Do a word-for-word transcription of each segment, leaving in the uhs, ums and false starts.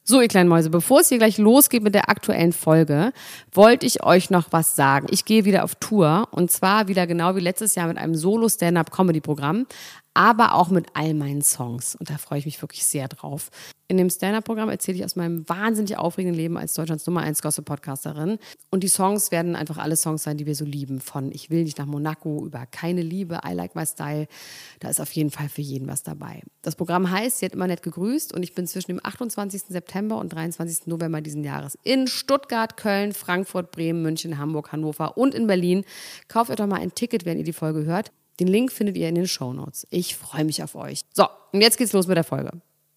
So, ihr kleinen Mäuse, bevor es hier gleich losgeht mit der aktuellen Folge, wollte ich euch noch was sagen. Ich gehe wieder auf Tour und zwar wieder genau wie letztes Jahr mit einem Solo-Stand-Up-Comedy-Programm, aber auch mit all meinen Songs. Und da freue ich mich wirklich sehr drauf. In dem Stand-Up-Programm erzähle ich aus meinem wahnsinnig aufregenden Leben als Deutschlands Nummer eins Gossip-Podcasterin. Und die Songs werden einfach alle Songs sein, die wir so lieben. Von Ich will nicht nach Monaco über Keine Liebe, I Like My Style. Da ist auf jeden Fall für jeden was dabei. Das Programm heißt, Sie hat immer nett gegrüßt und ich bin zwischen dem achtundzwanzigsten September und dreiundzwanzigsten November diesen Jahres in Stuttgart, Köln, Frankfurt, Bremen, München, Hamburg, Hannover und in Berlin. Kauft euch doch mal ein Ticket, wenn ihr die Folge hört. Den Link findet ihr in den Shownotes. Ich freue mich auf euch. So, und jetzt geht's los mit der Folge.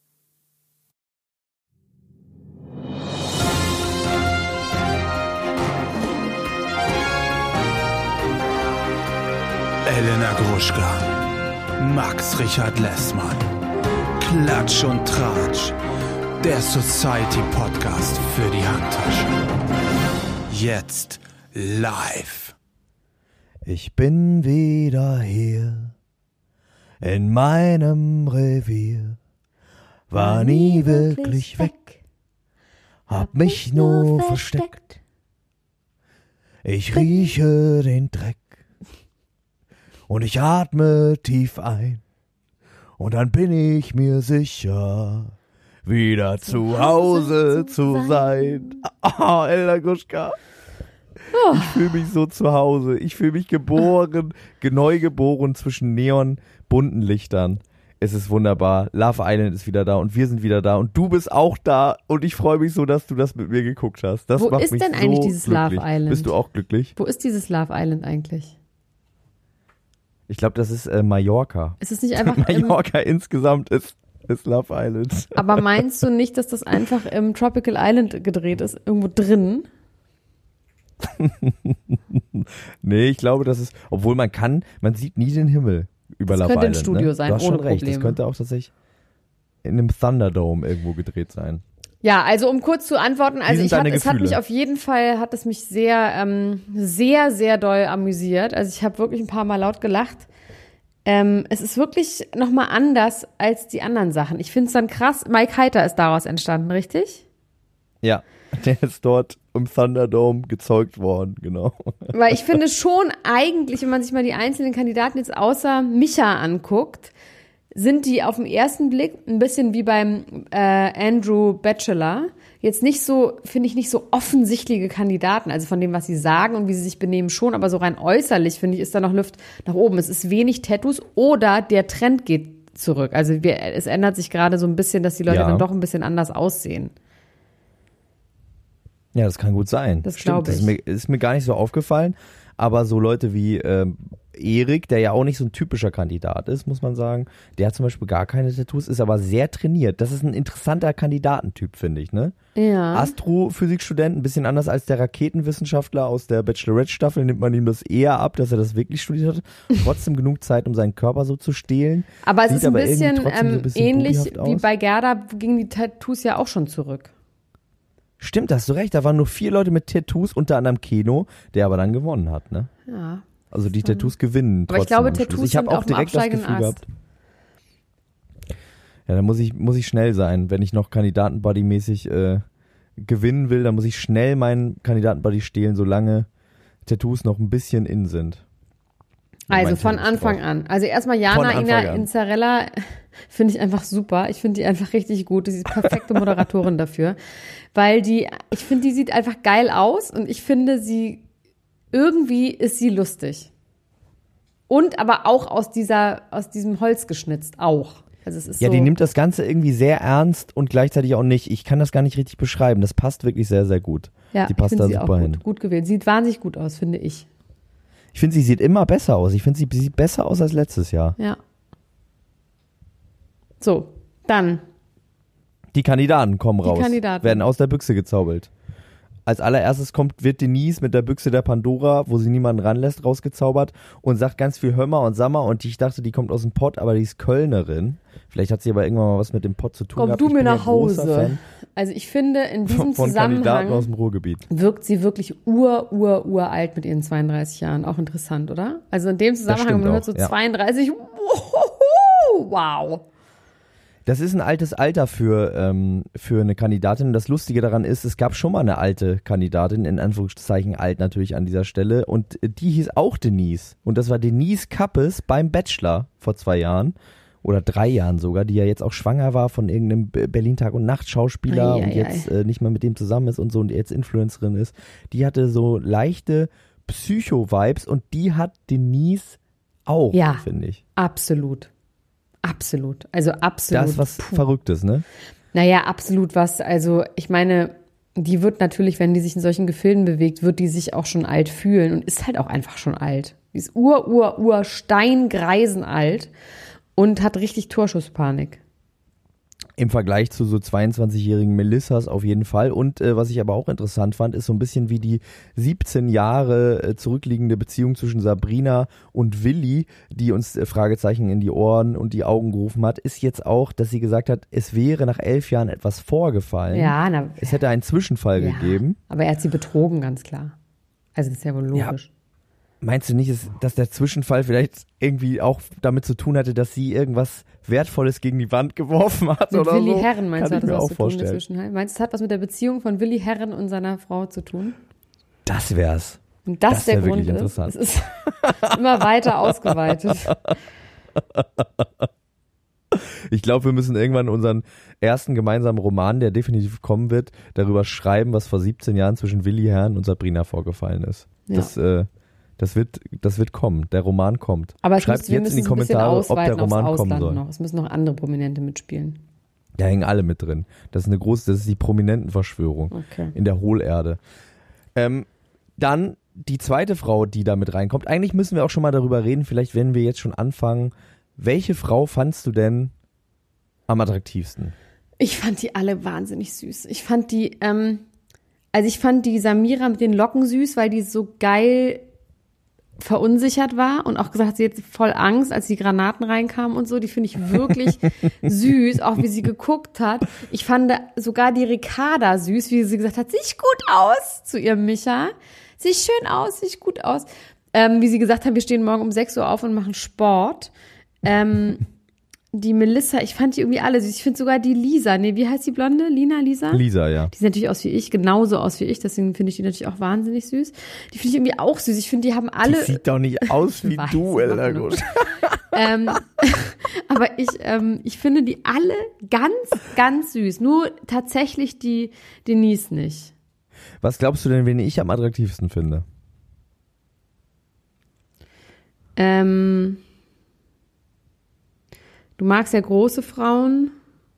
Elena Gruschka, Max Richard Lessmann, Klatsch und Tratsch, der Society-Podcast für die Handtasche. Jetzt live. Ich bin wieder hier in meinem Revier, war nie wirklich weg, hab mich nur versteckt. Ich rieche den Dreck und ich atme tief ein und dann bin ich mir sicher, wieder zu Hause zu sein. Ah, Elena Gruschka. Ich fühle mich so zu Hause. Ich fühle mich geboren, neu geboren zwischen neon bunten Lichtern. Es ist wunderbar. Love Island ist wieder da und wir sind wieder da und du bist auch da und ich freue mich so, dass du das mit mir geguckt hast. Das Wo macht ist mich denn so eigentlich dieses glücklich. Love Island? Bist du auch glücklich? Wo ist dieses Love Island eigentlich? Ich glaube, das ist äh, Mallorca. Ist es nicht einfach Mallorca insgesamt ist, ist Love Island. Aber meinst du nicht, dass das einfach im Tropical Island gedreht ist, irgendwo drin? Nee, ich glaube, das ist, obwohl man kann, man sieht nie den Himmel über Das Love könnte ein Island. Studio ne? sein, du hast ohne schon recht. Probleme. Das könnte auch tatsächlich in einem Thunderdome irgendwo gedreht sein. Ja, also um kurz zu antworten, also sind ich hab, deine es hat Gefühle? mich auf jeden Fall, hat es mich sehr, ähm, sehr, sehr doll amüsiert. Also ich habe wirklich ein paar Mal laut gelacht. Ähm, es ist wirklich nochmal anders als die anderen Sachen. Ich finde es dann krass, Mike Heiter ist daraus entstanden, richtig? Ja, der ist dort im Thunderdome gezeugt worden, genau. Weil ich finde schon eigentlich, wenn man sich mal die einzelnen Kandidaten jetzt außer Micha anguckt, sind die auf den ersten Blick ein bisschen wie beim äh, Andrew Bachelor. Jetzt nicht so, finde ich, nicht so offensichtliche Kandidaten, also von dem, was sie sagen und wie sie sich benehmen schon, aber so rein äußerlich, finde ich, ist da noch Luft nach oben. Es ist wenig Tattoos oder der Trend geht zurück. Also wir, es ändert sich gerade so ein bisschen, dass die Leute Ja. dann doch ein bisschen anders aussehen. Ja, das kann gut sein. Das Stimmt, glaube das ist ich. mir, ist mir gar nicht so aufgefallen. Aber so Leute wie ähm, Erik, der ja auch nicht so ein typischer Kandidat ist, muss man sagen, der hat zum Beispiel gar keine Tattoos, ist aber sehr trainiert. Das ist ein interessanter Kandidatentyp, finde ich, ne? Ja. Astrophysikstudent, ein bisschen anders als der Raketenwissenschaftler aus der Bachelorette-Staffel, nimmt man ihm das eher ab, dass er das wirklich studiert hat. Trotzdem genug Zeit, um seinen Körper so zu stehlen. Aber es Sieht ist ein aber irgendwie bisschen, trotzdem so ein ähm, bisschen ähnlich bubihaft wie aus. bei Gerda gingen die Tattoos ja auch schon zurück. Stimmt, hast du recht. Da waren nur vier Leute mit Tattoos, unter anderem Keno, der aber dann gewonnen hat, ne? Ja. Also die Tattoos gewinnen Aber ich trotzdem glaube, am Schluss. Tattoos Ich habe sind auch auf dem direkt das absteigenden Gefühl Ast. gehabt. Ja, dann muss ich, muss ich schnell sein. Wenn ich noch Kandidaten-Buddy-mäßig äh, gewinnen will, dann muss ich schnell meinen Kandidaten-Buddy stehlen, solange Tattoos noch ein bisschen in sind. Ja, Also mein von Tattoo ist Anfang drauf. an. Also erstmal Von Jana Anfang Ina an. Inzarella finde ich einfach super. Ich finde die einfach richtig gut. Sie ist die perfekte Moderatorin dafür. Weil die, ich finde, die sieht einfach geil aus und ich finde sie, irgendwie ist sie lustig. Und aber auch aus dieser, aus diesem Holz geschnitzt auch. Also es ist Ja, so, die nimmt das Ganze irgendwie sehr ernst und gleichzeitig auch nicht. Ich kann das gar nicht richtig beschreiben. Das passt wirklich sehr, sehr gut. ja, die ich passt finde da sie super auch hin. gut, gut gewählt. Sieht wahnsinnig gut aus, finde ich. Ich finde, sie sieht immer besser aus. Ich finde, sie sieht besser aus als letztes Jahr. Ja. So, dann. Die Kandidaten kommen Die raus, Kandidaten. werden aus der Büchse gezaubert. Als allererstes kommt, wird Denise mit der Büchse der Pandora, wo sie niemanden ranlässt, rausgezaubert und sagt ganz viel Hör mal und Sammer und ich dachte, die kommt aus dem Pott, aber die ist Kölnerin. Vielleicht hat sie aber irgendwann mal was mit dem Pott zu tun Komm gehabt. du Ich mir bin ja nach großer Hause. Fan Also ich finde, in diesem von Kandidaten Zusammenhang aus dem Ruhrgebiet. wirkt sie wirklich ur, ur, uralt mit ihren zweiunddreißig Jahren. Auch interessant, oder? Also in dem Zusammenhang, stimmt man hört so auch, ja. zweiunddreißig, wow. Das ist ein altes Alter für, ähm, für eine Kandidatin. Das Lustige daran ist, es gab schon mal eine alte Kandidatin, in Anführungszeichen alt natürlich an dieser Stelle. Und die hieß auch Denise. Und das war Denise Kappes beim Bachelor vor zwei Jahren. Oder drei Jahren sogar, die ja jetzt auch schwanger war von irgendeinem Berlin Tag- und Nacht-Schauspieler und jetzt äh, nicht mehr mit dem zusammen ist und so und jetzt Influencerin ist. Die hatte so leichte Psycho-Vibes und die hat Denise auch, ja, finde ich. Absolut. Absolut. Also absolut. Das ist was Puh. Verrücktes, ne? Naja, absolut was. Also ich meine, die wird natürlich, wenn die sich in solchen Gefilden bewegt, wird die sich auch schon alt fühlen und ist halt auch einfach schon alt. Die ist ur, ur, ur steingreisenalt und hat richtig Torschusspanik. Im Vergleich zu so zweiundzwanzigjährigen Melissas auf jeden Fall. Und äh, was ich aber auch interessant fand, ist so ein bisschen wie die siebzehn Jahre äh, zurückliegende Beziehung zwischen Sabrina und Willi, die uns äh, Fragezeichen in die Ohren und die Augen gerufen hat, ist jetzt auch, dass sie gesagt hat, es wäre nach elf Jahren etwas vorgefallen. Ja, na, es hätte einen Zwischenfall ja, gegeben. Aber er hat sie betrogen, ganz klar. Also das ist ja wohl logisch. Ja. Meinst du nicht, dass der Zwischenfall vielleicht irgendwie auch damit zu tun hatte, dass sie irgendwas Wertvolles gegen die Wand geworfen hat mit oder Willi so? Herren, meinst Kann du, hat ich mir das was auch zu vorstellen. tun, der Zwischenfall? Meinst du, es hat was mit der Beziehung von Willi Herren und seiner Frau zu tun? Das wär's. Und das, Das der wär Grund wirklich ist, interessant. es ist immer weiter ausgeweitet. Ich glaube, wir müssen irgendwann unseren ersten gemeinsamen Roman, der definitiv kommen wird, darüber schreiben, was vor siebzehn Jahren zwischen Willi Herren und Sabrina vorgefallen ist. Ja. Das, äh, das, wird, das wird kommen. Der Roman kommt. Aber es Schreibt müssen, wir jetzt in die müssen es ein bisschen Kommentare, ob der ausweiten aufs Roman kommen Ausland soll. noch. Es müssen noch andere Prominente mitspielen. Da hängen alle mit drin. Das ist eine große, das ist die Prominentenverschwörung Okay. in der Hohlerde. Ähm, dann die zweite Frau, die da mit reinkommt. Eigentlich müssen wir auch schon mal darüber reden, vielleicht werden wir jetzt schon anfangen. Welche Frau fandst du denn am attraktivsten? Ich fand die alle wahnsinnig süß. Ich fand die, ähm, also ich fand die Samira mit den Locken süß, weil die so geil verunsichert war und auch gesagt hat, sie hat voll Angst, als die Granaten reinkamen und so. Die finde ich wirklich süß, auch wie sie geguckt hat. Ich fand sogar die Ricarda süß, wie sie gesagt hat, sieh gut aus zu ihrem Micha. Sieh schön aus, sieh gut aus. Ähm, wie sie gesagt hat, wir stehen morgen um sechs Uhr auf und machen Sport. Ähm, die Melissa, ich fand die irgendwie alle süß. Ich finde sogar die Lisa, nee, wie heißt die Blonde? Lina, Lisa? Lisa, ja. Die sieht natürlich aus wie ich, genauso aus wie ich, deswegen finde ich die natürlich auch wahnsinnig süß. Die finde ich irgendwie auch süß. Ich finde, die haben alle... Die sieht doch nicht aus wie weiß, du, sie Elena macht nur- Gusch. ähm, aber ich, ähm, ich finde die alle ganz, ganz süß. Nur tatsächlich die Denise nicht. Was glaubst du denn, wen ich am attraktivsten finde? Ähm, du magst ja große Frauen.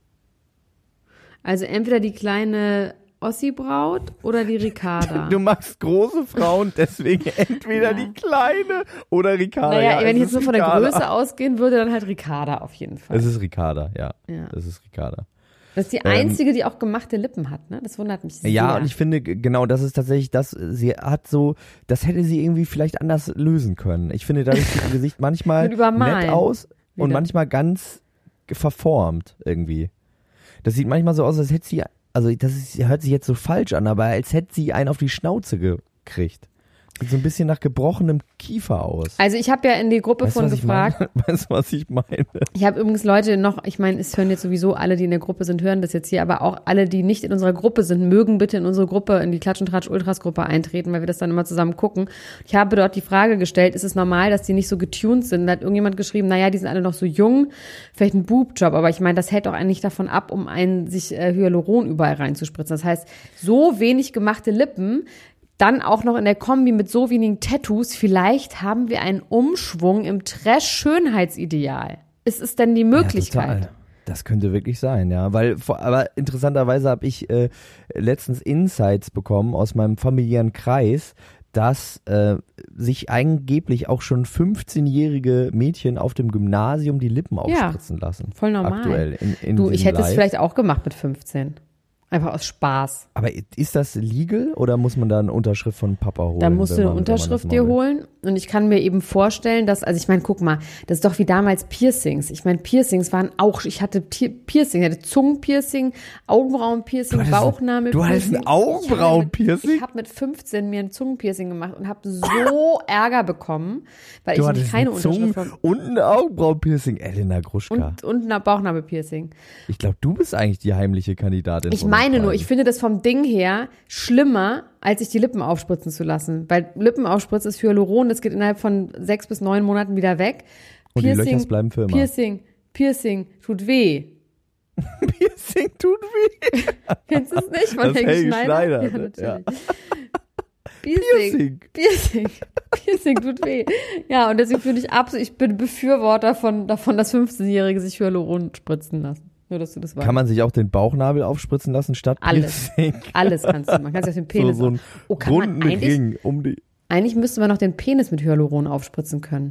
Also entweder die kleine Ossi-Braut oder die Ricarda. Du magst große Frauen, deswegen entweder Ja. die kleine oder Ricarda. Naja, ja, wenn ich es jetzt nur ist von der Ricarda. Größe ausgehen würde, dann halt Ricarda auf jeden Fall. Es ist Ricarda, ja. Ja. Das ist Ricarda. Das ist die einzige, die auch gemachte Lippen hat, ne? Das wundert mich sehr. Ja, und ich finde, g- genau, das ist tatsächlich das, sie hat so, das hätte sie irgendwie vielleicht anders lösen können. Ich finde, dadurch sieht ihr Gesicht manchmal Mit Übermalen. nett aus und Wieder. manchmal ganz ge- verformt irgendwie. Das sieht manchmal so aus, als hätte sie, also das ist, hört sich jetzt so falsch an, aber als hätte sie einen auf die Schnauze gekriegt. Sieht so ein bisschen nach gebrochenem Kiefer aus. Also ich habe ja in die Gruppe Weißt du, von was ich gefragt. meine? Weißt du, was ich meine? Ich habe übrigens Leute noch, ich meine, es hören jetzt sowieso alle, die in der Gruppe sind, hören das jetzt hier, aber auch alle, die nicht in unserer Gruppe sind, mögen bitte in unsere Gruppe, in die Klatsch und Tratsch Ultras Gruppe eintreten, weil wir das dann immer zusammen gucken. Ich habe dort die Frage gestellt, ist es normal, dass die nicht so getuned sind? Da hat irgendjemand geschrieben, naja, die sind alle noch so jung, vielleicht ein Boobjob, aber ich meine, das hält doch eigentlich davon ab, um einen sich äh, Hyaluron überall reinzuspritzen. Das heißt, so wenig gemachte Lippen, dann auch noch in der Kombi mit so wenigen Tattoos, vielleicht haben wir einen Umschwung im Trash-Schönheitsideal. Ist es denn die Möglichkeit? Ja, total. Das könnte wirklich sein, ja. Weil, vor- aber interessanterweise habe ich äh, letztens Insights bekommen aus meinem familiären Kreis, dass äh, sich angeblich auch schon fünfzehnjährige Mädchen auf dem Gymnasium die Lippen aufspritzen lassen. voll normal. Aktuell. In, in Du, ich diesem hätte es Live. vielleicht auch gemacht mit fünfzehn. Einfach aus Spaß. Aber ist das legal oder muss man da eine Unterschrift von Papa holen? Da musst du eine man, Unterschrift dir holen. Und ich kann mir eben vorstellen, dass, also ich meine, guck mal, das ist doch wie damals Piercings. Ich meine, Piercings waren auch, ich hatte Piercing, ich hatte Zungenpiercing, Augenbrauenpiercing, Bauchnabelpiercing. Du hattest ein Augenbrauenpiercing? Ich habe mit fünfzehn mir ein Zungenpiercing gemacht und habe so Ärger bekommen, weil du ich nämlich keine Unterschrift habe. Und ein Augenbrauenpiercing, Elena Gruschka. Und, und ein Bauchnabelpiercing. Ich glaube, du bist eigentlich die heimliche Kandidatin. Ich meine nur, ich finde das vom Ding her schlimmer, als sich die Lippen aufspritzen zu lassen. Weil Lippenaufspritz ist Hyaluron, das geht innerhalb von sechs bis neun Monaten wieder weg. Und Piercing, die Löcher bleiben für immer. Piercing, Piercing tut weh. Piercing tut weh. Kennst du es nicht? Von das Helge Helge Schneider? Schneider. Ja, natürlich. Ja. Piercing. Piercing. Piercing tut weh. Ja, und deswegen finde ich absolut, ich bin Befürworter von, davon, dass fünfzehnjährige sich Hyaluron spritzen lassen. Nur, dass du das weißt. Kann man sich auch den Bauchnabel aufspritzen lassen statt Alles. Piercing? Alles kannst du. Man kann sich auch den Penis. So, so einen oh, kann man runden eigentlich, Ring um die. Eigentlich müsste man noch den Penis mit Hyaluron aufspritzen können.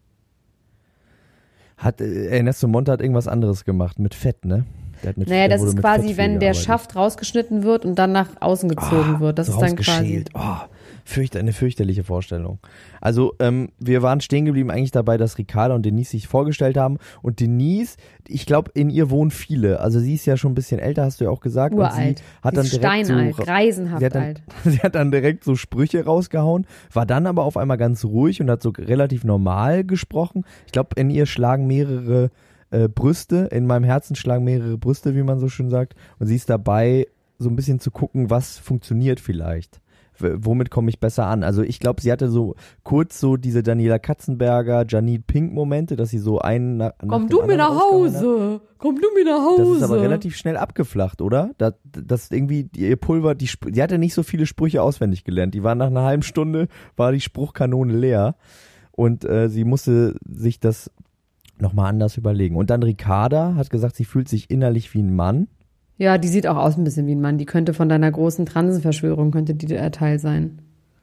Hat, äh, Ernesto Monte hat irgendwas anderes gemacht, mit Fett, ne? Der hat mit, Naja, der das wurde ist mit quasi, Fett wenn viel der gearbeitet. Schaft rausgeschnitten wird und dann nach außen gezogen Ah, wird. Das so ist dann quasi. rausgeschält. Oh, fürcht, eine fürchterliche Vorstellung. Also, ähm, wir waren stehen geblieben eigentlich dabei, dass Ricarda und Denise sich vorgestellt haben. Und Denise, ich glaube, in ihr wohnen viele. Also sie ist ja schon ein bisschen älter, hast du ja auch gesagt. Uralt. Und sie hat Sie dann ist direkt steinalt, so, greisenhaft sie hat dann, alt. Sie hat dann direkt so Sprüche rausgehauen, war dann aber auf einmal ganz ruhig und hat so relativ normal gesprochen. Ich glaube, in ihr schlagen mehrere äh, Brüste, in meinem Herzen schlagen mehrere Brüste, wie man so schön sagt. Und sie ist dabei, so ein bisschen zu gucken, was funktioniert vielleicht. W- womit komme ich besser an? Also ich glaube, sie hatte so kurz so diese Daniela Katzenberger, Janine Pink Momente, dass sie so einen nach, nach Komm dem du mir anderen nach rausgehauen hat. Hause. Komm du mir nach Hause. Das ist aber relativ schnell abgeflacht, oder? Das, das irgendwie, ihr Pulver, die, Sp- die hatte nicht so viele Sprüche auswendig gelernt. Die war nach einer halben Stunde, war die Spruchkanone leer. Und äh, sie musste sich das nochmal anders überlegen. Und dann Ricarda hat gesagt, sie fühlt sich innerlich wie ein Mann. Ja, die sieht auch aus ein bisschen wie ein Mann. Die könnte von deiner großen Transenverschwörung, könnte die der Teil sein.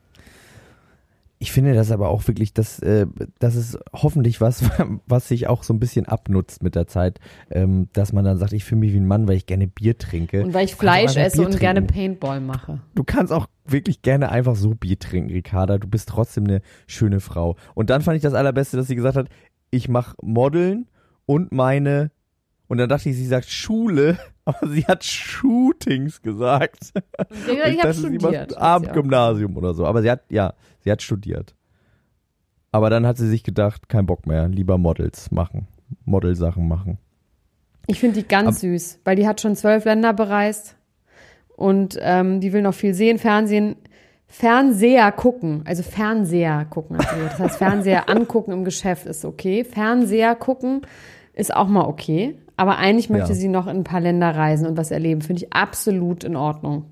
Ich finde das aber auch wirklich, dass äh, das ist hoffentlich was, was sich auch so ein bisschen abnutzt mit der Zeit, ähm, dass man dann sagt, ich fühle mich wie ein Mann, weil ich gerne Bier trinke. Und weil ich Du kannst auch Fleisch einfach esse Bier und trinken. gerne Paintball mache. Du kannst auch wirklich gerne einfach so Bier trinken, Ricarda. Du bist trotzdem eine schöne Frau. Und dann fand ich das Allerbeste, dass sie gesagt hat, ich mache Modeln und meine, und dann dachte ich, sie sagt Schule, aber sie hat Shootings gesagt. Ich, ich habe studiert. Abendgymnasium oder so. Aber sie hat, ja, sie hat studiert. Aber dann hat sie sich gedacht, kein Bock mehr, lieber Models machen, Modelsachen machen. Ich finde die ganz Ab- süß, weil die hat schon zwölf Länder bereist und ähm, die will noch viel sehen, Fernsehen, Fernseher gucken, also Fernseher gucken. Also das heißt, Fernseher angucken im Geschäft ist okay. Fernseher gucken ist auch mal okay. Aber eigentlich möchte Ja. sie noch in ein paar Länder reisen und was erleben. Finde ich absolut in Ordnung.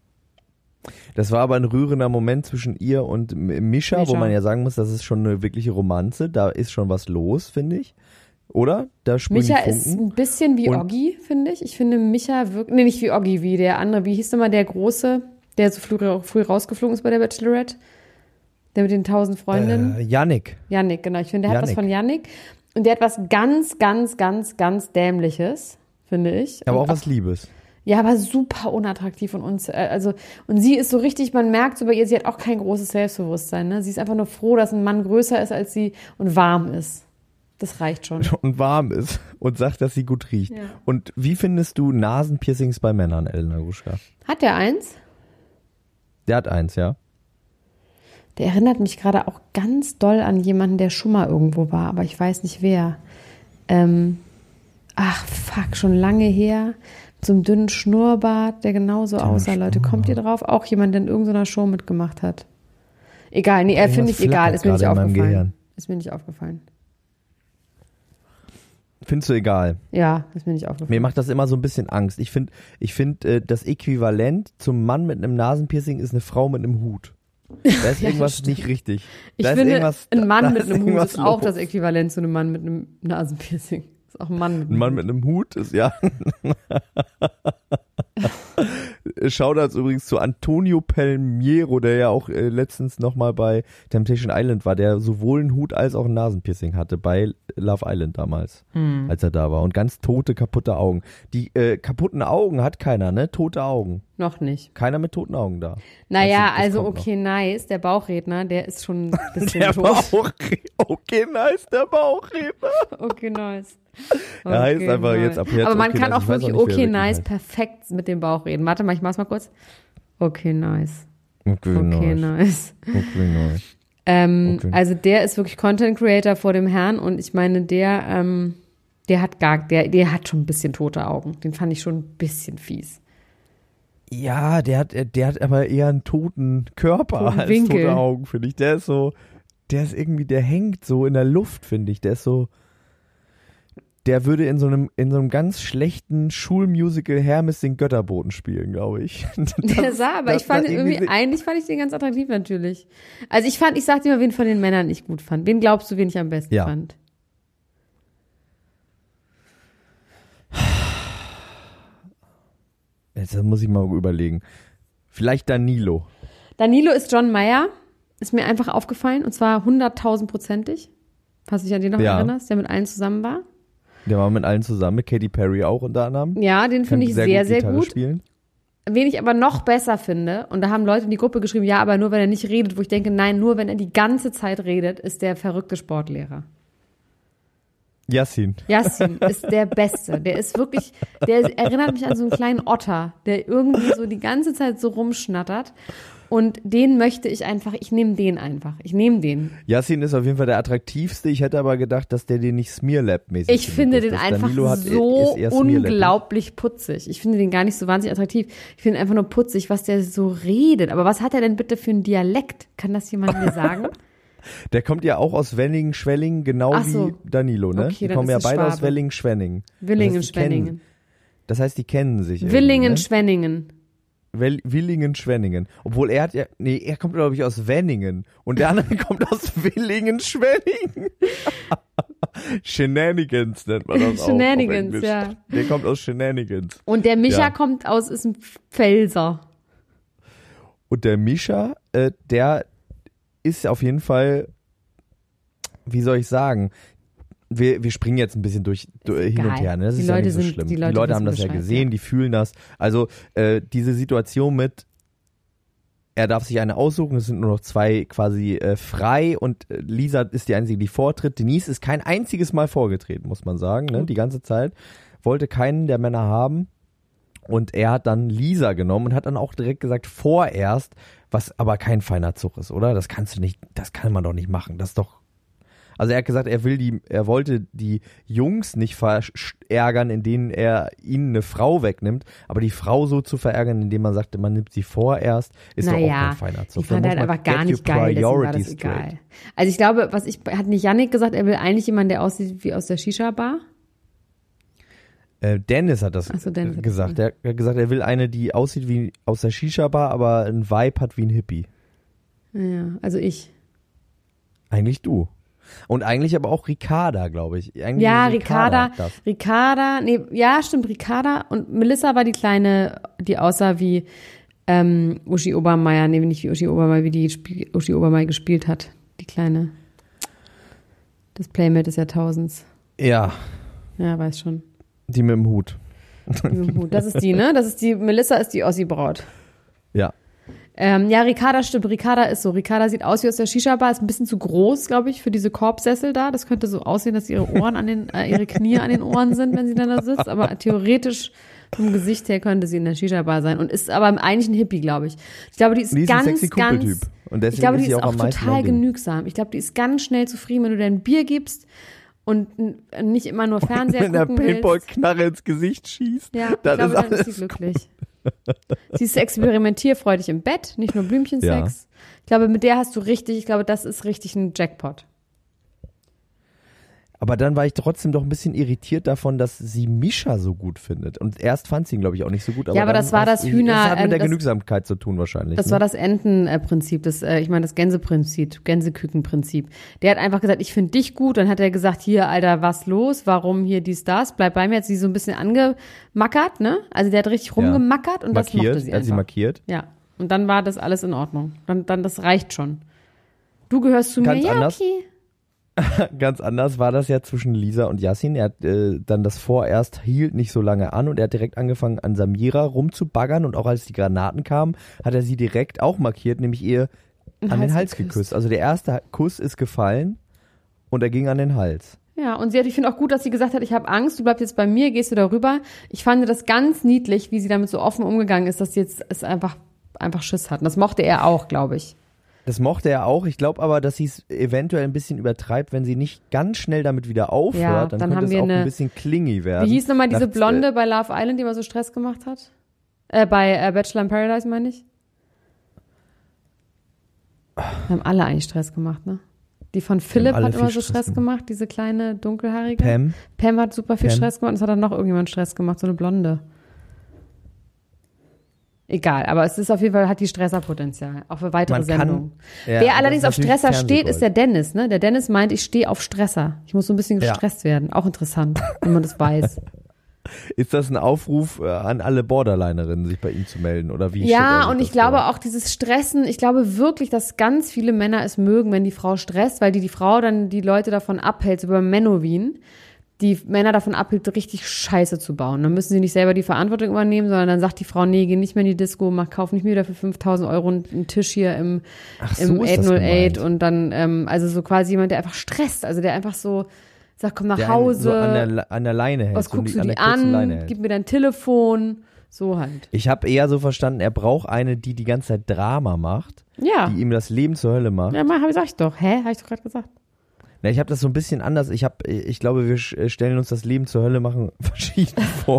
Das war aber ein rührender Moment zwischen ihr und M- Mischa, Mischa. wo man ja sagen muss, das ist schon eine wirkliche Romanze. Da ist schon was los, finde ich. Oder? Da sprühen Micha die ist Funken. ein bisschen wie Und- Oggi, finde ich. Ich finde Micha wirklich, nee, nicht wie Oggi, wie der andere, wie hieß nochmal der Große, der so früh, früh rausgeflogen ist bei der Bachelorette? Der mit den tausend Freundinnen? Äh, Yannick. Yannick, genau. Ich finde, der hat was Yannick. von Yannick. Und der hat was ganz, ganz, ganz, ganz Dämliches, finde ich. Aber und auch was Liebes. Ja, aber super unattraktiv und uns, äh, also, und sie ist so richtig, man merkt so bei ihr, sie hat auch kein großes Selbstbewusstsein, ne? Sie ist einfach nur froh, dass ein Mann größer ist als sie und warm ist. Das reicht schon. Und warm ist und sagt, dass sie gut riecht. Ja. Und wie findest du Nasenpiercings bei Männern, Elena Gruschka? Hat der eins? Der hat eins, ja. Der erinnert mich gerade auch ganz doll an jemanden, der schon mal irgendwo war, aber ich weiß nicht wer. Ähm, ach, fuck, schon lange her. Mit so einem dünnen Schnurrbart, der genauso Dünner aussah, Leute. Kommt ihr drauf? Auch jemand, der in irgendeiner Show mitgemacht hat. Egal, nee, er finde ich Irgendwas egal, flackert ist mir nicht gerade in meinem aufgefallen. Gehirn. Ist mir nicht aufgefallen. Findest du egal? Ja, ist mir nicht aufgefallen. Mir macht das immer so ein bisschen Angst. Ich finde, ich find, äh, das Äquivalent zum Mann mit einem Nasenpiercing ist eine Frau mit einem Hut. Da ist Ja, irgendwas stimmt. nicht richtig. Ich Da ist finde, irgendwas- ein Mann da mit ist einem Hut irgendwas ist auch los. das Äquivalent zu einem Mann mit einem Nasenpiercing. Ist auch ein Mann mit Ein einem Mann Hut. mit einem Hut ist, ja. äh, Shoutouts übrigens zu Antonio Palmiero, der ja auch äh, letztens nochmal bei Temptation Island war, der sowohl einen Hut als auch ein Nasenpiercing hatte bei Love Island damals, hm. als er da war. Und ganz tote, kaputte Augen. Die äh, kaputten Augen hat keiner, ne? Tote Augen. Noch nicht. Keiner mit toten Augen da. Naja, also, also okay, noch. Nice, der Bauchredner, der ist schon ein bisschen der tot. Bauch, okay, nice, der Bauchredner. Okay, nice. Okay, er heißt einfach nice. Jetzt ab jetzt. Aber man okay, kann nice. auch wirklich auch nicht, okay, nice heißt. Perfekt mit dem Bauch reden. Warte mal, ich mach's mal kurz. Okay, nice. Okay, okay nice. nice. Okay, nice. Ähm, okay. Also der ist wirklich Content Creator vor dem Herrn und ich meine, der, ähm, der hat gar, der, der hat schon ein bisschen tote Augen. Den fand ich schon ein bisschen fies. Ja, der hat, der hat aber eher einen toten Körper toten als Winkel. Tote Augen, finde ich. Der ist so, der ist irgendwie, der hängt so in der Luft, finde ich. Der ist so, der würde in so einem, in so einem ganz schlechten Schulmusical Hermes den Götterboten spielen, glaube ich. Das, der sah, aber das, ich fand das irgendwie, irgendwie, eigentlich fand ich den ganz attraktiv natürlich. Also ich fand, ich sag dir mal, wen von den Männern ich gut fand. Wen glaubst du, wen ich am besten ja. fand? Jetzt muss ich mal überlegen. Vielleicht Danilo. Danilo ist John Mayer. Ist mir einfach aufgefallen. Und zwar hunderttausendprozentig. Falls du dich an den noch ja. erinnerst, der mit allen zusammen war. Der war mit allen zusammen, mit Katy Perry auch unter anderem. Ja, den finde ich sehr, sehr, sehr gut. Spielen. Wen ich aber noch besser finde, und da haben Leute in die Gruppe geschrieben, ja, aber nur wenn er nicht redet, wo ich denke, nein, nur wenn er die ganze Zeit redet, ist der verrückte Sportlehrer. Yassin. Yassin ist der Beste. Der ist wirklich, der erinnert mich an so einen kleinen Otter, der irgendwie so die ganze Zeit so rumschnattert. Und den möchte ich einfach, ich nehme den einfach. Ich nehme den. Yassin ist auf jeden Fall der attraktivste. Ich hätte aber gedacht, dass der den nicht Smearlab-mäßig Ich finde den einfach hat, so unglaublich putzig. Ich finde den gar nicht so wahnsinnig attraktiv. Ich finde ihn einfach nur putzig, was der so redet. Aber was hat er denn bitte für einen Dialekt? Kann das jemand mir sagen? Der kommt ja auch aus Wellingen-Schwenningen, genau Ach so. wie Danilo, ne? Okay, die kommen ja beide Schwabe. aus Wellingen-Schwenningen. Willingen-Schwenningen. Das heißt, die kennen sich. Willingen-Schwenningen. Well, Willingen-Schwenningen. Obwohl er hat ja, nee, er kommt glaube ich aus Wenningen und der andere kommt aus Willingen-Schwenningen. Shenanigans nennt man das auch. Shenanigans, ja. Der kommt aus Shenanigans. Und der Mischa ja. kommt aus, ist ein Pfälzer. Und der Mischa, äh, der ist auf jeden Fall, wie soll ich sagen, wir, wir springen jetzt ein bisschen durch, durch hin und her, ne? Das die ist Leute ja nicht so sind, schlimm. Die Leute, die Leute haben das Bescheid, ja gesehen, ja. die fühlen das. Also äh, diese Situation mit, er darf sich eine aussuchen, es sind nur noch zwei quasi äh, frei und äh, Lisa ist die Einzige, die vortritt. Denise ist kein einziges Mal vorgetreten, muss man sagen, ne? Die ganze Zeit. Wollte keinen der Männer haben. Und er hat dann Lisa genommen und hat dann auch direkt gesagt, vorerst, was aber kein feiner Zug ist, oder? Das kannst du nicht, das kann man doch nicht machen. Das ist doch. Also er hat gesagt, er will die, er wollte die Jungs nicht verärgern, indem er ihnen eine Frau wegnimmt, aber die Frau so zu verärgern, indem man sagte, man nimmt sie vorerst, ist naja, doch auch kein feiner Zug. Ich fand halt einfach gar nicht geil, deswegen war das egal. Also ich glaube, was ich, hat nicht Yannick gesagt, er will eigentlich jemanden, der aussieht wie aus der Shisha-Bar? Äh, Dennis hat das so, Dennis gesagt. Er hat gesagt, er will eine, die aussieht wie aus der Shisha-Bar, aber einen Vibe hat wie ein Hippie. Ja, also ich. Eigentlich du. Und eigentlich aber auch Ricarda, glaube ich. Eigentlich ja, Ricarda, Ricarda, nee, ja, stimmt, Ricarda und Melissa war die Kleine, die aussah wie ähm, Uschi Obermeier, nee, nicht wie Uschi Obermeier, wie die Spiel, Uschi Obermeier gespielt hat, die Kleine. Das Playmate des Jahrtausends. Ja. Ja, weiß schon. Die mit dem Hut. Die mit dem Hut. Das ist die, ne? Das ist die, Melissa ist die Ossi-Braut. Ja. Ähm, ja, Ricarda stimmt. Ricarda ist so. Ricarda sieht aus wie aus der Shisha-Bar. Ist ein bisschen zu groß, glaube ich, für diese Korbsessel da. Das könnte so aussehen, dass ihre Ohren an den, äh, ihre Knie an den Ohren sind, wenn sie dann da sitzt. Aber theoretisch vom Gesicht her könnte sie in der Shisha-Bar sein. Und ist aber eigentlich ein Hippie, glaube ich. Ich glaube, die ist, die ist ganz, ein sexy ganz, und deswegen ich glaube, die ist, sie ist auch, auch total genügsam. Ich glaube, die ist ganz schnell zufrieden, wenn du dir ein Bier gibst und nicht immer nur Fernseher wenn gucken der Paintball-Knarre ins Gesicht schießt. Ja, ich dann glaube, ist dann ist sie glücklich. Sie ist experimentierfreudig im Bett, nicht nur Blümchensex. Ja. Ich glaube, mit der hast du richtig, ich glaube, das ist richtig ein Jackpot. Aber dann war ich trotzdem doch ein bisschen irritiert davon, dass sie Mischa so gut findet. Und erst fand sie ihn, glaube ich, auch nicht so gut. Aber ja, aber dann das war das ich, Hühner... Das hat mit der das, Genügsamkeit zu tun wahrscheinlich. Das ne? war das Entenprinzip, das, äh, ich meine das Gänseprinzip, Gänsekükenprinzip. Der hat einfach gesagt, ich finde dich gut. Dann hat er gesagt, hier, Alter, was los? Warum hier dies, das? Bleib bei mir. Hat sie so ein bisschen angemackert, ne? Also der hat richtig rumgemackert und markiert, das mochte sie er hat einfach. sie markiert. Ja, und dann war das alles in Ordnung. Dann, dann das reicht schon. Du gehörst zu Ganz mir, anders. ja, okay. Ganz anders war das ja zwischen Lisa und Yassin. Er hat äh, dann das vorerst hielt nicht so lange an und er hat direkt angefangen an Samira rumzubaggern und auch als die Granaten kamen, hat er sie direkt auch markiert, nämlich ihr an Hals den Hals geküsst. geküsst. Also der erste Kuss ist gefallen und er ging an den Hals. Ja, und sie hat, ich finde auch gut, dass sie gesagt hat, ich habe Angst, du bleibst jetzt bei mir, gehst du darüber. Ich fand das ganz niedlich, wie sie damit so offen umgegangen ist, dass sie jetzt es einfach, einfach Schiss hat. Und das mochte er auch, glaube ich. Das mochte er auch. Ich glaube aber, dass sie es eventuell ein bisschen übertreibt, wenn sie nicht ganz schnell damit wieder aufhört. Ja, dann dann könnte haben es wir auch eine- ein bisschen klingy werden. Wie hieß nochmal diese Nachts, Blonde bei Love Island, die immer so Stress gemacht hat? Äh, bei äh, Bachelor in Paradise, meine ich. Wir haben alle eigentlich Stress gemacht, ne? Die von Philipp alle hat immer viel so Stress Stress gemacht, diese kleine dunkelhaarige. Pam. Pam hat super viel Pam. Stress gemacht und es hat dann noch irgendjemand Stress gemacht, so eine Blonde. Egal, aber es ist auf jeden Fall, hat die Stresserpotenzial, auch für weitere Man kann- Sendungen. Ja, Wer allerdings das auf ist natürlich Stresser steht, Fernsehgold. ist der Dennis, ne? Der Dennis meint, ich stehe auf Stresser. Ich muss so ein bisschen Ja. gestresst werden. Auch interessant, wenn man das weiß. Ist das ein Aufruf äh, an alle Borderlinerinnen, sich bei ihm zu melden? Oder wie stellt Ja, er sich und das ich glaube vor? auch dieses Stressen, ich glaube wirklich, dass ganz viele Männer es mögen, wenn die Frau stresst, weil die die Frau dann die Leute davon abhält, so über Menowin, die Männer davon abhält, richtig Scheiße zu bauen. Dann müssen sie nicht selber die Verantwortung übernehmen, sondern dann sagt die Frau, nee, geh nicht mehr in die Disco, mach, kauf nicht mehr wieder für fünftausend Euro einen Tisch hier im, Ach, im so ist das achthundertacht gemeint. und dann, ähm, also so quasi jemand, der einfach stresst, also der einfach so sagt, komm nach Der einen Hause, so an der, an der Leine hält. was so guckst du an die der kurzen Leine an, hält. gib mir dein Telefon, so halt. Ich habe eher so verstanden, er braucht eine, die die ganze Zeit Drama macht, Ja, die ihm das Leben zur Hölle macht. ja, mal, hab ich, sag ich doch. Hä, hab ich doch gerade gesagt. Na, ich habe das so ein bisschen anders. Ich habe, ich glaube, wir sch- stellen uns das Leben zur Hölle machen verschieden vor.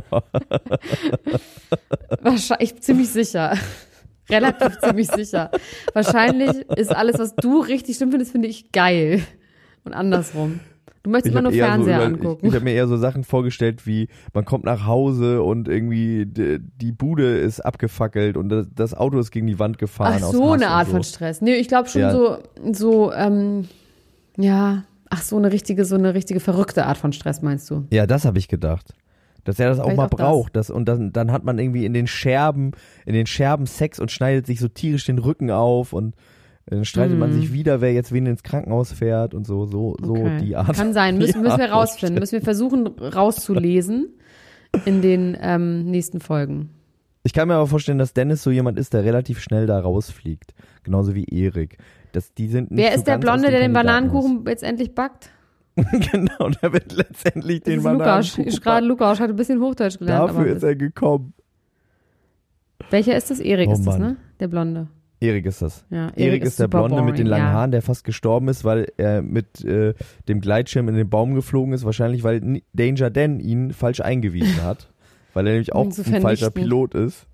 Wahrscheinlich ziemlich sicher. Relativ ziemlich sicher. Wahrscheinlich ist alles, was du richtig schlimm findest, finde ich geil. Und andersrum. Du möchtest immer hab nur eher Fernseher so über, angucken. Ich, ich habe mir eher so Sachen vorgestellt, wie man kommt nach Hause und irgendwie d- die Bude ist abgefackelt und das, das Auto ist gegen die Wand gefahren. Ach aus so, Hass eine und Art so. von Stress. Nee, ich glaube schon Ja. so, so, ähm, ja, ach so, eine richtige, so eine richtige verrückte Art von Stress, meinst du? Ja, das habe ich gedacht. Dass er das auch Vielleicht mal auch das. braucht. Das, und dann, dann hat man irgendwie in den Scherben, in den Scherben Sex und schneidet sich so tierisch den Rücken auf und dann streitet man sich wieder, wer jetzt wen ins Krankenhaus fährt und so, so, so Okay. die Art. Kann sein, müssen, die müssen wir Art rausfinden, müssen wir versuchen rauszulesen in den ähm, nächsten Folgen. Ich kann mir aber vorstellen, dass Dennis so jemand ist, der relativ schnell da rausfliegt. Genauso wie Erik. Das, die sind nicht Wer so ist der ganz aus Blonde, dem der den Kandidatenhaus. Bananenkuchen jetzt endlich backt? Genau, der wird letztendlich Das den ist Lukas. Bananenkuchen Ich gerade Lukas hat ein bisschen Hochdeutsch gelernt. Dafür aber ist er gekommen. Welcher ist das? Erik Oh ist das, Mann. ne? Der Blonde. Erik ist das. Ja, Erik ist, der super Blonde mit den boring, langen ja. Haaren, der fast gestorben ist, weil er mit äh, dem Gleitschirm in den Baum geflogen ist. Wahrscheinlich, weil N- Danger Dan ihn falsch eingewiesen hat. Weil er nämlich auch Ihn zu ein falscher vernichten. Pilot ist.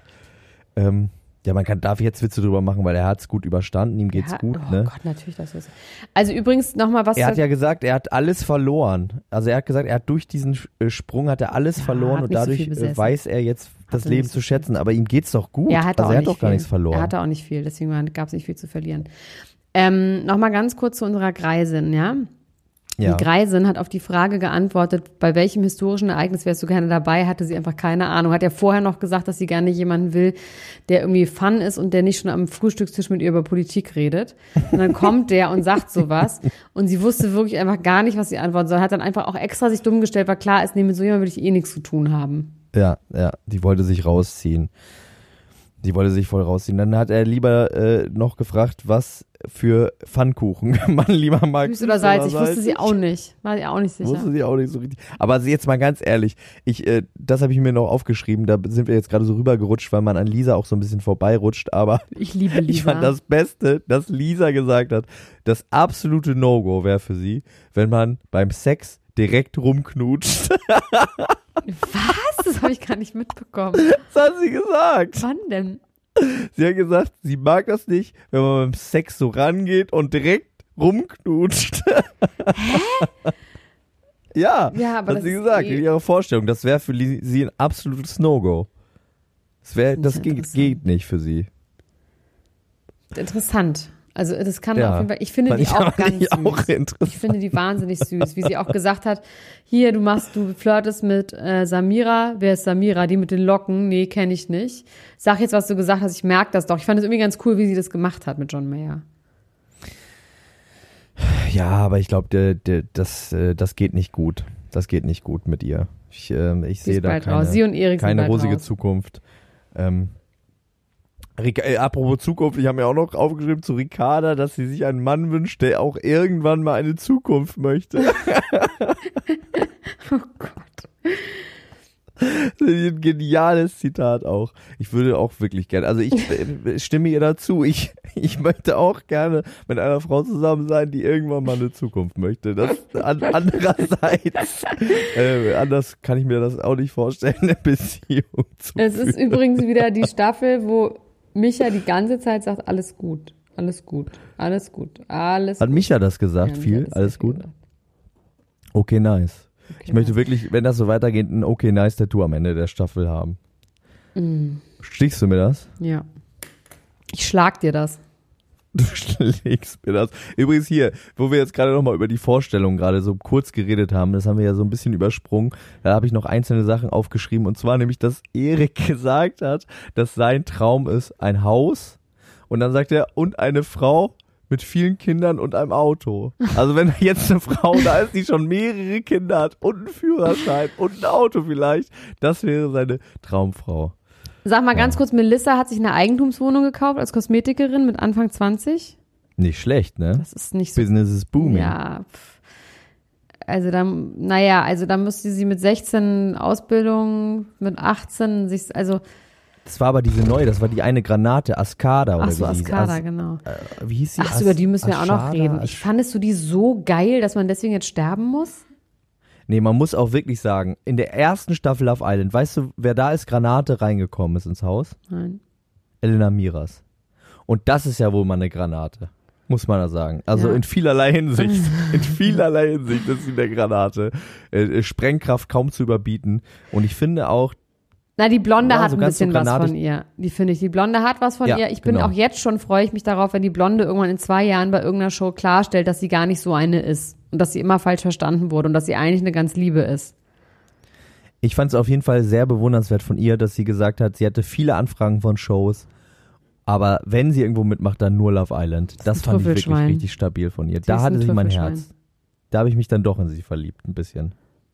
Ähm, ja, man kann, darf jetzt Witze drüber machen, weil er hat es gut überstanden, ihm geht's Ja, gut. oh Ne? Gott, natürlich, das ist. Also übrigens nochmal was. Er hat ja gesagt, er hat alles verloren. Also er hat gesagt, er hat durch diesen äh, Sprung hat er alles Ja, verloren hat und nicht so dadurch viel äh, besessen. weiß er jetzt das Hatte Leben nicht so zu viel. schätzen. Aber ihm geht's doch gut. er hatte also auch er hat nicht doch gar viel. nichts verloren. Er hatte auch nicht viel, deswegen gab es nicht viel zu verlieren. Ähm, nochmal ganz kurz zu unserer Greisin, ja? ja. Die Greisin hat auf die Frage geantwortet, bei welchem historischen Ereignis wärst du gerne dabei, hatte sie einfach keine Ahnung. Hat ja vorher noch gesagt, dass sie gerne jemanden will, der irgendwie fun ist und der nicht schon am Frühstückstisch mit ihr über Politik redet. Und dann kommt der und sagt sowas und sie wusste wirklich einfach gar nicht, was sie antworten soll. Hat dann einfach auch extra sich dumm gestellt, weil klar ist, nee, mit so jemandem will ich eh nichts zu tun haben. Ja, ja, die wollte sich rausziehen. Die wollte sich voll rausziehen. Dann hat er lieber äh, noch gefragt, was für Pfannkuchen man lieber mag. Süß oder salzig, wusste sie auch nicht. War sie auch nicht sicher. Wusste sie auch nicht so richtig. Aber sie jetzt mal ganz ehrlich, ich, äh, das habe ich mir noch aufgeschrieben, da sind wir jetzt gerade so rübergerutscht, weil man an Lisa auch so ein bisschen vorbeirutscht, aber Ich liebe Lisa. ich fand das Beste, dass Lisa gesagt hat, das absolute No-Go wäre für sie, wenn man beim Sex direkt rumknutscht. Was? Das habe ich gar nicht mitbekommen. Das hat sie gesagt. Wann denn? Sie hat gesagt, sie mag das nicht, wenn man beim Sex so rangeht und direkt rumknutscht. Ja, Ja, aber hat das sie ist gesagt, eh- in ihrer Vorstellung. Das wäre für li- sie ein absolutes No-Go. Das, wär, das geht, interessant. geht nicht für sie. Interessant. Also das kann Ja. auf jeden Fall, ich finde Fand die ich auch aber ganz nicht auch süß. interessant. Ich finde die wahnsinnig süß, wie sie auch gesagt hat, hier, du machst, du flirtest mit äh, Samira. Wer ist Samira? Die mit den Locken? Nee, kenne ich nicht. Sag jetzt, was du gesagt hast, ich merke das doch. Ich fand es irgendwie ganz cool, wie sie das gemacht hat mit John Mayer. Ja, aber ich glaube, das, äh, das geht nicht gut. Das geht nicht gut mit ihr. Ich, äh, ich Sie sehe ist da bald keine, raus. Sie und Erik sind keine bald rosige raus. Zukunft. Ähm, Ric- äh, apropos Zukunft, ich habe mir auch noch aufgeschrieben zu Ricarda, dass sie sich einen Mann wünscht, der auch irgendwann mal eine Zukunft möchte. Oh Gott. Ein geniales Zitat auch. Ich würde auch wirklich gerne, also ich äh, stimme ihr dazu. Ich, ich möchte auch gerne mit einer Frau zusammen sein, die irgendwann mal eine Zukunft möchte. Das an, andererseits, äh, anders kann ich mir das auch nicht vorstellen, eine Beziehung zu Es ist führen. übrigens wieder die Staffel, wo Micha die ganze Zeit sagt, alles gut, alles gut, alles gut, alles Hat gut. Micha das gesagt, Ja, Micha viel? hat das Alles sehr viel gut? gesagt. Okay, nice. Okay, Ich möchte nice. wirklich, wenn das so weitergeht, ein Okay, nice Tattoo am Ende der Staffel haben. Mm, Stichst du mir das? ja. Ich schlag dir das. Du schlägst mir das. Übrigens hier, wo wir jetzt gerade nochmal über die Vorstellung gerade so kurz geredet haben, das haben wir ja so ein bisschen übersprungen, da habe ich noch einzelne Sachen aufgeschrieben und zwar nämlich, dass Erik gesagt hat, dass sein Traum ist ein Haus und dann sagt er, und eine Frau mit vielen Kindern und einem Auto. Also wenn jetzt eine Frau da ist, die schon mehrere Kinder hat und einen Führerschein und ein Auto vielleicht, das wäre seine Traumfrau. Sag mal ganz Ja. kurz, Melissa hat sich eine Eigentumswohnung gekauft als Kosmetikerin mit Anfang zwanzig. Nicht schlecht, ne? Das ist nicht so. Business is booming. Ja. pf. Also dann, naja, also dann müsste sie mit sechzehn Ausbildung, mit achtzehn sich, also, Das war aber diese neue, das war die eine Granate, Ascada oder ach so, wie sie hieß. Ascada, As- genau. äh, Wie hieß sie? Ach so, As- über die müssen wir auch noch Aschada? reden. Ich fandest du die so geil, dass man deswegen jetzt sterben muss? Nee, man muss auch wirklich sagen, in der ersten Staffel Love Island, weißt du, wer da als Granate reingekommen ist ins Haus? Nein. Elena Miras. Und das ist ja wohl mal eine Granate, muss man da sagen. Also Ja. in vielerlei Hinsicht, in vielerlei Hinsicht ist sie eine Granate. Äh, Sprengkraft kaum zu überbieten. Und ich finde auch, Na, die Blonde Ja, hat so ein ganz so bisschen was Granate- von ihr. Die finde ich. Die Blonde hat was von Ja, ihr. Ich bin genau. auch jetzt schon, freue ich mich darauf, wenn die Blonde irgendwann in zwei Jahren bei irgendeiner Show klarstellt, dass sie gar nicht so eine ist. Und dass sie immer falsch verstanden wurde und dass sie eigentlich eine ganz Liebe ist. ich fand es auf jeden Fall sehr bewundernswert von ihr, dass sie gesagt hat, sie hatte viele Anfragen von Shows, aber wenn sie irgendwo mitmacht, dann nur Love Island. Das ein fand ich wirklich Trüffelschwein. richtig stabil von ihr. Sie Da ist hatte ein sie mein Trüffelschwein. Herz. Da habe ich mich dann doch in sie verliebt, ein bisschen.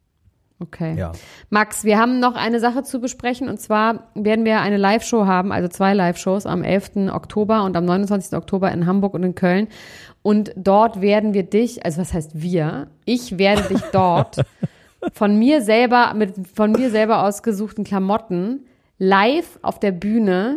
Okay. Ja. Max, wir haben noch eine Sache zu besprechen und zwar werden wir eine Live-Show haben, also zwei Live-Shows am elften Oktober und am neunundzwanzigsten Oktober in Hamburg und in Köln. Und dort werden wir dich, also was heißt wir? Ich werde dich dort von mir selber, mit von mir selber ausgesuchten Klamotten live auf der Bühne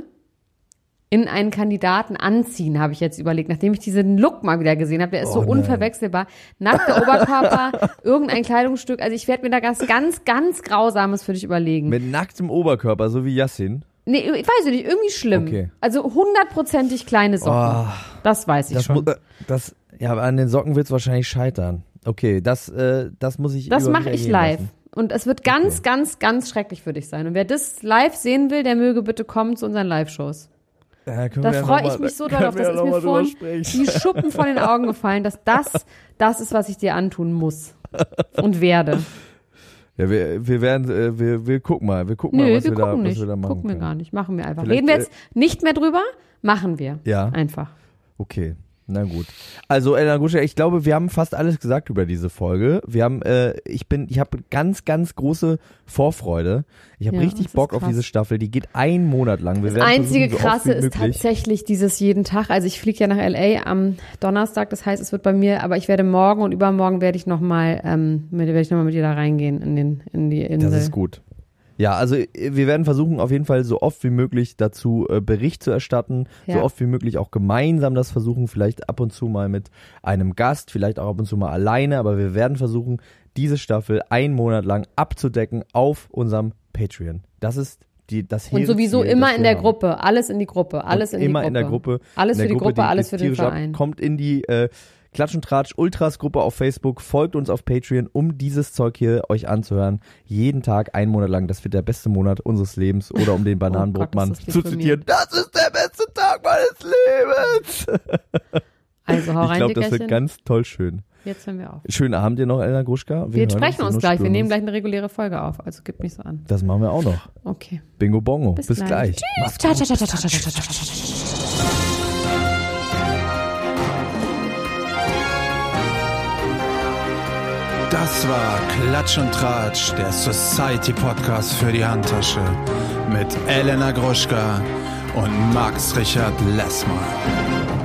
in einen Kandidaten anziehen, habe ich jetzt überlegt, nachdem ich diesen Look mal wieder gesehen habe. Der ist Oh so nein. unverwechselbar. Nackter Oberkörper, irgendein Kleidungsstück. Also ich werde mir da ganz, ganz, ganz Grausames für dich überlegen. Mit nacktem Oberkörper, so wie Yassin. Nee, ich weiß nicht, irgendwie schlimm. Okay. Also hundertprozentig kleine Socken. Oh, Das weiß ich das schon. mu- äh, das, ja, aber an den Socken wird es wahrscheinlich scheitern. Okay, das, äh, das muss ich Das über mache mich ich ergehen live. lassen. Und es wird ganz, Okay. ganz, ganz schrecklich für dich sein. Und wer das live sehen will, der möge bitte kommen zu unseren Live-Shows. Ja, können Da wir ja freue noch ich mal- mich so können doll auf. wir Das ja ist noch mir mal drüber vorhin sprechen. wie Schuppen von den Augen gefallen, dass das, das ist, was ich dir antun muss und werde. Ja, wir, wir werden, äh, wir, wir gucken mal, wir gucken mal, Nö, was wir wir, da, gucken was nicht. wir da machen Gucken wir können. gar nicht. Machen wir einfach. Vielleicht, Reden wir jetzt nicht mehr drüber? Machen wir. Ja. Einfach. Okay, na gut. Also Elena Gusche, ich glaube, wir haben fast alles gesagt über diese Folge. Wir haben, äh, ich bin, ich habe ganz, ganz große Vorfreude. Ich habe Ja, richtig das ist Bock auf krass. diese Staffel. Die geht einen Monat lang. Wir Das werden einzige versuchen, so oft Krasse wie ist möglich. tatsächlich dieses jeden Tag. Also ich fliege ja nach L A am Donnerstag, das heißt, es wird bei mir, aber ich werde morgen und übermorgen werde ich nochmal, ähm, mit, werde ich noch mal mit dir da reingehen in den, in die Insel. Das ist gut. Ja, also äh, wir werden versuchen, auf jeden Fall so oft wie möglich dazu äh, Bericht zu erstatten, Ja. so oft wie möglich auch gemeinsam das versuchen, vielleicht ab und zu mal mit einem Gast, vielleicht auch ab und zu mal alleine, aber wir werden versuchen, diese Staffel einen Monat lang abzudecken auf unserem Patreon. Das ist die, das Und hehre sowieso Ziel, immer das in wir der haben. Gruppe, alles in die Gruppe, alles Und in die immer Gruppe. in der Gruppe. Alles in der für die Gruppe, die alles geht's für den tierisch ab. Verein. Kommt in die, äh, Klatsch und Tratsch Ultras Gruppe auf Facebook. Folgt uns auf Patreon, um dieses Zeug hier euch anzuhören. Jeden Tag, einen Monat lang. Das wird der beste Monat unseres Lebens. Oder um den Bananenbrotmann oh Gott, zu zitieren. Das ist der beste Tag meines Lebens. Also hau rein, Ich glaube, das Dickerchen. wird ganz toll schön. Jetzt hören wir auf. Schönen Abend dir noch, Elena Gruschka. Wir, wir sprechen uns gleich. Wir nehmen uns. gleich eine reguläre Folge auf. Also gib nicht so an. Das machen wir auch noch. Okay. Bingo Bongo. Bis, Bis gleich. gleich. Tschüss. Ciao, ciao, ciao, ciao, ciao, ciao, ciao, ciao. Das war Klatsch und Tratsch, der Society Podcast für die Handtasche mit Elena Gruschka und Max Richard Lessmann.